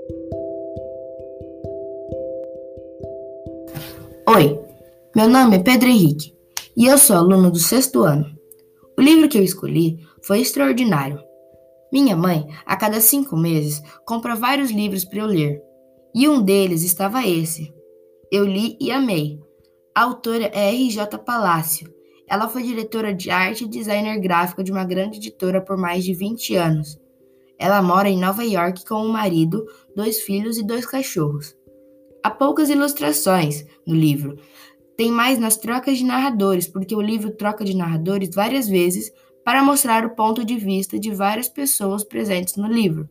Oi, meu nome é Pedro Henrique e eu sou aluno do 6º ano. O livro que eu escolhi foi Extraordinário. Minha mãe, a cada 5 meses, compra vários livros para eu ler. E um deles estava esse. Eu li e amei. A autora é R.J. Palacio. Ela foi diretora de arte e designer gráfico de uma grande editora por mais de 20 anos. Ela mora em Nova York com um marido, 2 filhos e 2 cachorros. Há poucas ilustrações no livro. Tem mais nas trocas de narradores, porque o livro troca de narradores várias vezes para mostrar o ponto de vista de várias pessoas presentes no livro.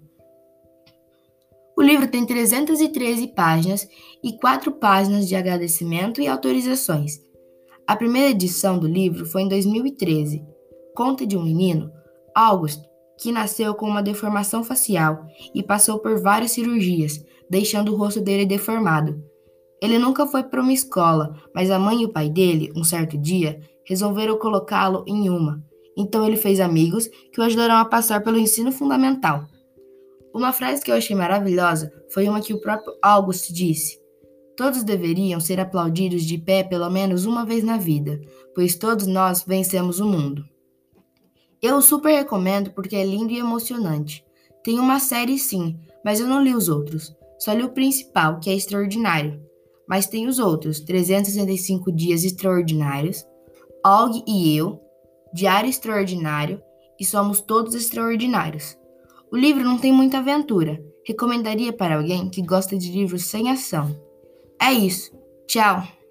O livro tem 313 páginas e 4 páginas de agradecimento e autorizações. A primeira edição do livro foi em 2013. Conta de um menino, August, que nasceu com uma deformação facial e passou por várias cirurgias, deixando o rosto dele deformado. Ele nunca foi para uma escola, mas a mãe e o pai dele, um certo dia, resolveram colocá-lo em uma. Então ele fez amigos que o ajudaram a passar pelo ensino fundamental. Uma frase que eu achei maravilhosa foi uma que o próprio August disse: "Todos deveriam ser aplaudidos de pé pelo menos uma vez na vida, pois todos nós vencemos o mundo." Eu super recomendo porque é lindo e emocionante. Tem uma série sim, mas eu não li os outros. Só li o principal, que é Extraordinário. Mas tem os outros, 365 Dias Extraordinários, Og e Eu, Diário Extraordinário e Somos Todos Extraordinários. O livro não tem muita aventura. Recomendaria para alguém que gosta de livros sem ação. É isso. Tchau!